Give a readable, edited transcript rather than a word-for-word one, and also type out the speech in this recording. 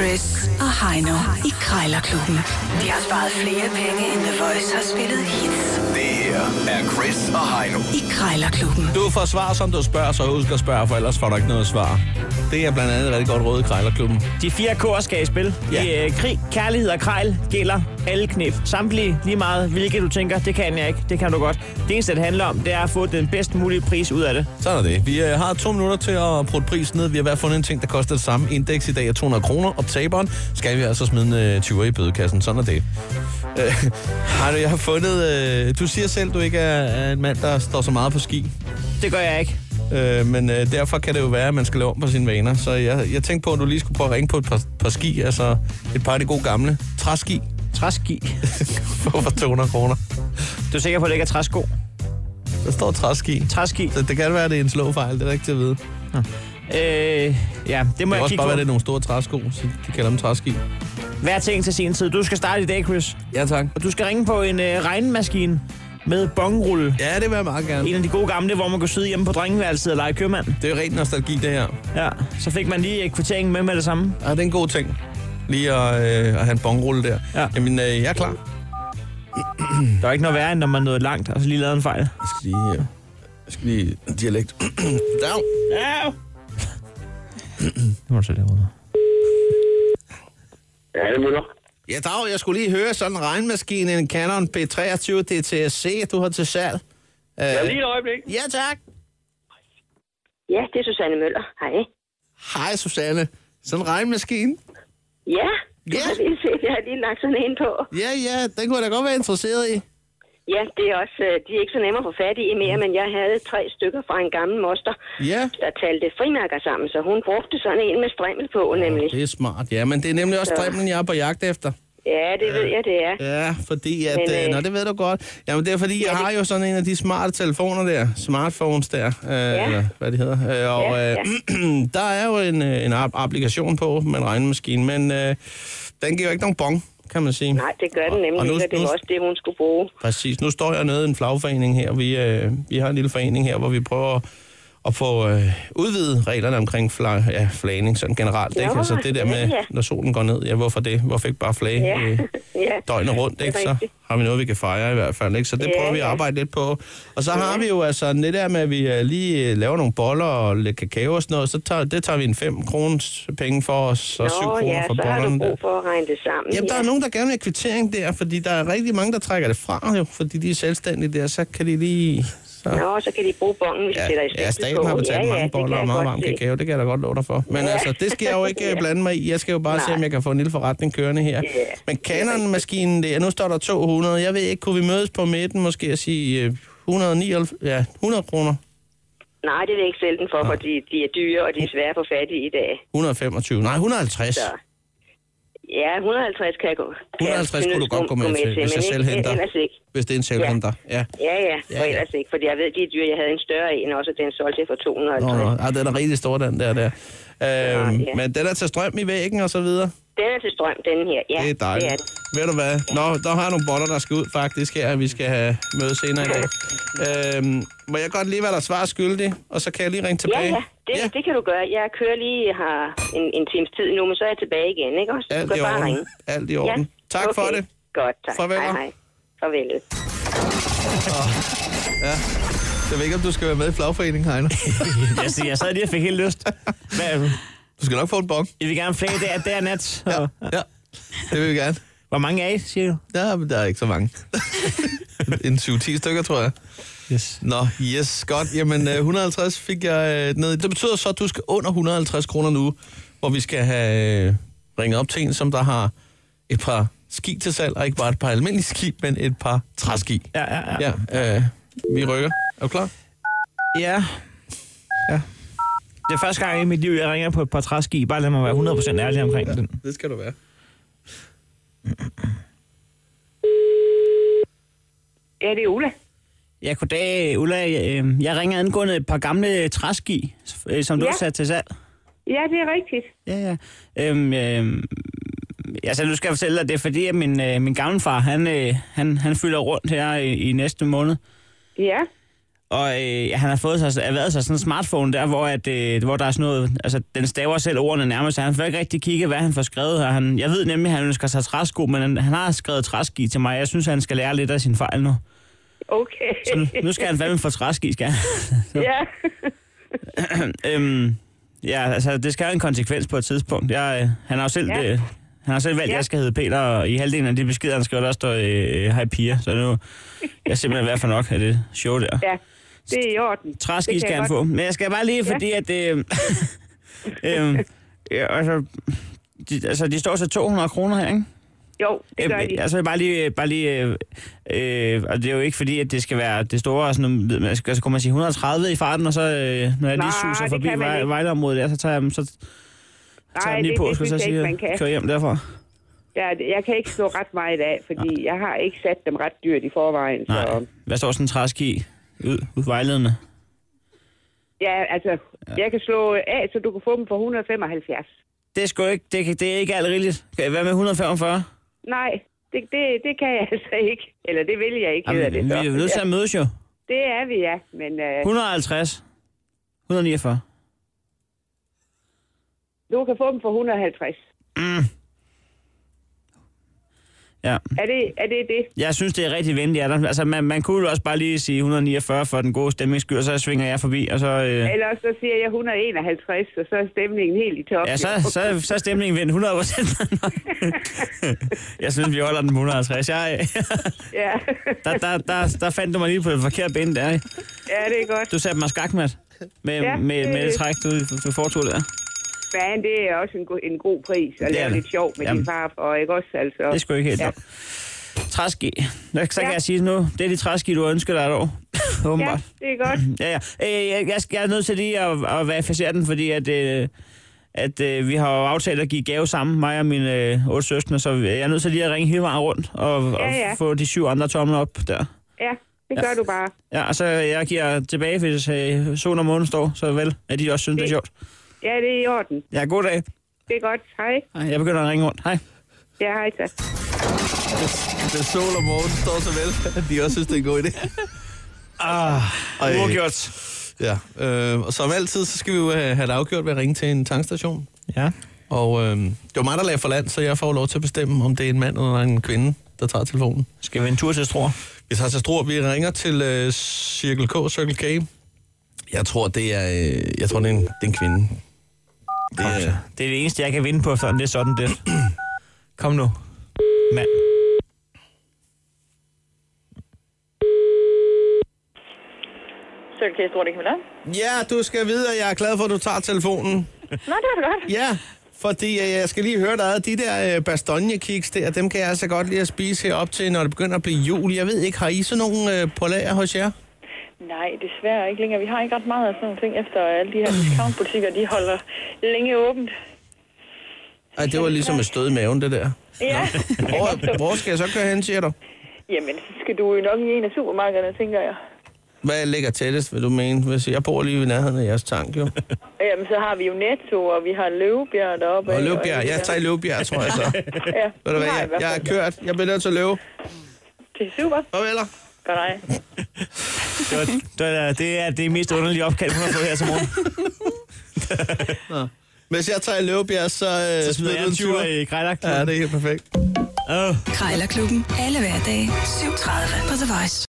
Chris og Heino i Krejlerklubben. De har sparet flere penge, end The Voice har spillet hits. Det her er Chris og Heino i Krejlerklubben. Du får svar, som du spørger, så husk at spørge, for ellers får du ikke noget svar. Det er blandt andet rigtig godt råd i Krejlerklubben. De 4 K'er skal i spil. Ja. Krig, kærlighed og krejl gælder alle knep. Samtlige lige meget, hvilket du tænker, det kan jeg ikke, det kan du godt. Det eneste, det handler om, det er at få den bedst mulige pris ud af det. Sådan er det. Vi har 2 minutter til at putte prisen ned. Vi har i hvert fald fundet en ting, der koster det samme. Indeks i dag er 200 kroner, og taberen skal vi altså smide en 20'er i bødekassen. Sådan er det. Jeg har fundet... du siger selv, du ikke er en mand, der står så meget på ski. Det gør jeg ikke. Men derfor kan det jo være, at man skal lave om på sine vaner. Så jeg tænkte på, at du lige skulle prøve at ringe på et par ski. Altså et par af de gode gamle. Træski. Træski. For 200 kroner. Du er sikker på, at det ikke er træsko? Der står træski. Træski. Så det kan være, at det er en slåfejl. Det er ikke til at vide. Ja, det må jeg også kigge bare på. være, det er nogle store træsko, så de kalder dem træski. Hver ting til sin tid. Du skal starte i dag, Chris. Ja, tak. Og du skal ringe på en regnmaskine med bongrulle. Ja, det vil jeg meget gerne. En af de gode gamle, hvor man kan sidde hjemme på drengeværelset og lege købmand. Det er jo rent nostalgi, det her. Ja, så fik man lige kvitteringen med det samme. Ja, det er en god ting. Lige at have en bongrulle der. Ja. Jamen, jeg er klar. Der er ikke noget værre, end når man nåede langt, og så lige lavede en fejl. Jeg skal lige dialekt. Down. Ja. Det må du så derude. Ja, det er Møller. Ja, Dag, jeg skulle lige høre sådan en regnmaskine, en Canon P23 DTSC, du har til salg. Ja, lige et øjeblik. Ja, tak. Ja, det er Susanne Møller. Hej. Hej, Susanne. Sådan en regnmaskine? Ja, du har lige set, jeg har lige lagt sådan en på. Ja, den kunne jeg da godt være interesseret i. Ja, det er også, de er ikke så nemme at få fat i mere, men jeg havde 3 stykker fra en gammel moster, Ja. der talte frimærker sammen, så hun brugte sådan en med strimmel på, nemlig. Det er smart, ja, men det er nemlig også strimlen, jeg er på jagt efter. Ja, det ved jeg, det er. Ja, fordi at... Men, det ved du godt. Jamen, det er fordi, jeg har jo sådan en af de smarte telefoner der. Smartphones der. Eller hvad det hedder. Der er jo en applikation på med en regnemaskine, men den giver jo ikke nogen bong, kan man sige. Nej, det gør den nemlig ikke, og det var også det, hun skulle bruge. Præcis. Nu står jeg nede i en flagforening her. Vi har en lille forening her, hvor vi prøver at få udvidet reglerne omkring flagning sådan generelt. Ikke? Altså det der med, når solen går ned, hvorfor det? Hvorfor ikke bare flage døgnet rundt? Ikke? Så har vi noget, vi kan fejre i hvert fald. Ikke? Så det prøver vi at arbejde lidt på. Og så har vi jo altså det der med, at vi lige laver nogle boller og lidt kakao og sådan noget, så tager vi en 5 kroners penge for os, og 7 kroner for bollerne. så har du brug for at regne det sammen. Jamen, der er nogen, der gerne vil have kvittering der, fordi der er rigtig mange, der trækker det fra, jo, fordi de er selvstændige der, så kan de lige... Så kan de bruge bongen, hvis de sætter i stempel på. Ja, staten har betalt mange boller og meget varm kakao, det kan jeg da godt love dig for. Men altså, det skal jeg jo ikke blande mig i. Jeg skal jo bare se, om jeg kan få en lille forretning kørende her. Men Canon-maskinen der, nu står der 200. Jeg ved ikke, kunne vi mødes på midten måske og sige 100 kroner? Nej, det vil jeg ikke sælge den for, fordi de er dyre, og de er svære at få fat i dag. 125. Nej, 150. Så. Ja, 150 kan jeg gå. 150 kunne du godt gå med til, hvis jeg selv henter. Hvis det er en selvhenter, ja. Ja, for ellers ikke, fordi jeg ved, de er dyre. Jeg havde en større en også, den solgte jeg for 250. Ja, den er rigtig stor, den der. Men den er til strøm i væggen og så videre? Den er til strøm, den her. Ja, det er dejligt. Det er det. Ved du hvad? Der har jeg nogle boller, der skal ud faktisk her, vi skal have møde senere i dag. Må jeg godt lige være der svar skyldig, og så kan jeg lige ringe tilbage? Ja, det kan du gøre. Jeg kører lige her en times tid nu, men så er jeg tilbage igen, ikke også? Alt i orden. Alt i orden. Ja, tak for det. Godt, tak. Farvel. Hej. Farvel. Ja. Jeg ved ikke, om du skal være med i flagforeningen, Heino. Jeg sad lige og fik helt lyst. Du skal nok få en bong. Jeg vil gerne flage det er nat. Ja, det vil vi gerne. Hvor mange er I, siger du? Ja, men der er ikke så mange. En 7-10 stykker, tror jeg. Yes. Nå, yes, godt. Jamen, 150 fik jeg ned. Det betyder så, at du skal under 150 kroner nu, hvor vi skal have ringet op til en, som der har et par ski til salg, og ikke bare et par almindelige ski, men et par træski. Ja. Vi rykker. Er du klar? Ja. Det er første gang i mit liv, jeg ringer på et par træski. Bare lad mig være 100% ærlig omkring den. Det skal du være. Ja, det er Ulla. Ja, goddag, Ulla. Jeg ringer angående et par gamle træski, som du har sat til salg. Ja, det er rigtigt. Ja. Altså, nu skal jeg fortælle dig, det er fordi, at min gammelfar, han fylder rundt her i næste måned. Ja. Og han har fået sig, erhvervet sig sådan en smartphone der, hvor der er sådan noget, altså den staver selv ordene nærmest, så han får ikke rigtig kigge, hvad han får skrevet. Og jeg ved nemlig, at han ønsker sig træsko, men han har skrevet træski til mig. Jeg synes, han skal lære lidt af sin fejl nu. Okay. Så nu skal han fandme få træski, skal han. Ja. Ja, altså det skal have en konsekvens på et tidspunkt. Han har jo selv... Ja. Han har selv valgt, at jeg skal hedde Peter, og i halvdelen af de beskeder, han skriver, der står hej Pia. Så nu jeg er simpelthen værd for nok af det show der. Ja, det er i orden. Træski skal han få. Men jeg skal bare lige, fordi at... de står så 200 kroner her, ikke? Jo, det gør de. Altså bare lige og det er jo ikke fordi, at det skal være det store, sådan, altså kunne man sige 130 i farten, og så når jeg lige suser forbi Vejleområdet der, så tager jeg dem, så tager jeg dem lige på, skal så sige, og kører hjem derfra. Ja, jeg kan ikke slå ret meget af, fordi jeg har ikke sat dem ret dyrt i forvejen. Nej. Så... Hvad står sådan en træski ud vejledende? Ja, altså, jeg kan slå af, så du kan få dem for 175. Det er sgu ikke, det er ikke alt rigeligt. Hvad med 145? Nej, det kan jeg altså ikke. Eller det vil jeg ikke. Jamen, vi er jo nødt til at mødes jo. Det er vi, ja. Men, 150. 149. Du kan få dem for 150. Ja. Er det det? Jeg synes, det er rigtig venligt. Altså, man kunne jo også bare lige sige 149 for den gode stemnings skyld, og så svinger jeg forbi, og så... Ellers så siger jeg 151, og så er stemningen helt i top. Ja, så er stemningen vendt 100%. Jeg synes, vi holder den på 150. Ja. Der fandt du mig lige på det forkerte ben der, ikke? Ja, det er godt. Du satte mig skakmat med det træk, du foretog der. Men det er også en god pris, og det er lidt sjovt med din far, og ikke også, altså. Det er sgu ikke helt nok. Træski. Så kan jeg sige nu, det er de træski, du ønsker dig et år. Ja, det er godt. Ja. Jeg er nødt til lige at verificere den, fordi at vi har jo aftalt at give gave sammen, mig og mine 8 søstre, så jeg er nødt til lige at ringe hele vejen rundt og få de 7 andre tomler op der. Ja, det gør du bare. Ja, og så jeg giver tilbage, hvis solen og månen står, så vel, at de også synes, det er sjovt. Ja, det er i orden. Ja, god dag. Det er godt. Hej. Jeg begynder at ringe rundt. Hej. Ja, hej så. Det sol og morgen står så vel, at de også synes, det er en god idé. Uafgjort. Ja, og som altid, så skal vi jo have det afgjort ved at ringe til en tankstation. Ja. Og det var mig, der lagde for land, så jeg får lov til at bestemme, om det er en mand eller en kvinde, der tager telefonen. Skal vi en tur til Struer? Vi tager til Struer. Vi ringer til Circle K. Jeg tror, det er en kvinde. Det er det eneste, jeg kan vinde på, sådan det er sådan det. Kom nu, mand. Circle K Struer, det kan vi da. Ja, du skal vide, at jeg er glad for, at du tager telefonen. Nå, det var det godt. Ja, fordi jeg skal lige høre dig. De der Bastogne-kiks der, dem kan jeg altså godt lide at spise herop til, når det begynder at blive jul. Jeg ved ikke, har I så nogle på lager hos jer? Nej, desværre ikke længere. Vi har ikke ret meget af sådan nogle ting, efter alle de her discountbutikker, de holder længe åbent. Ej, det var ligesom et stød i maven, det der. Ja. Hvor skal jeg så køre hen, siger du? Jamen, så skal du jo nok i en af supermarkederne, tænker jeg. Hvad ligger tættest, vil du mene? Hvis jeg bor lige ved nærheden af jeres tank, jo. Jamen, så har vi jo Netto, og vi har Løvebjerg deroppe. Og Løvebjerg. Jeg tager Løvebjerg, tror jeg så. Ja. Ved du hvad, jeg er kørt. Jeg bliver nødt til at løbe. Det er super. Farveler. Godt ej. Det er det mest underlige opkald, hun har fået her til morgen. Hvis jeg tager Løvebjerg, så smider jeg en 20'er i Krejlerklubben. Ja, det er helt perfekt. Krejlerklubben. Alle hverdage. 7:30 på The Voice.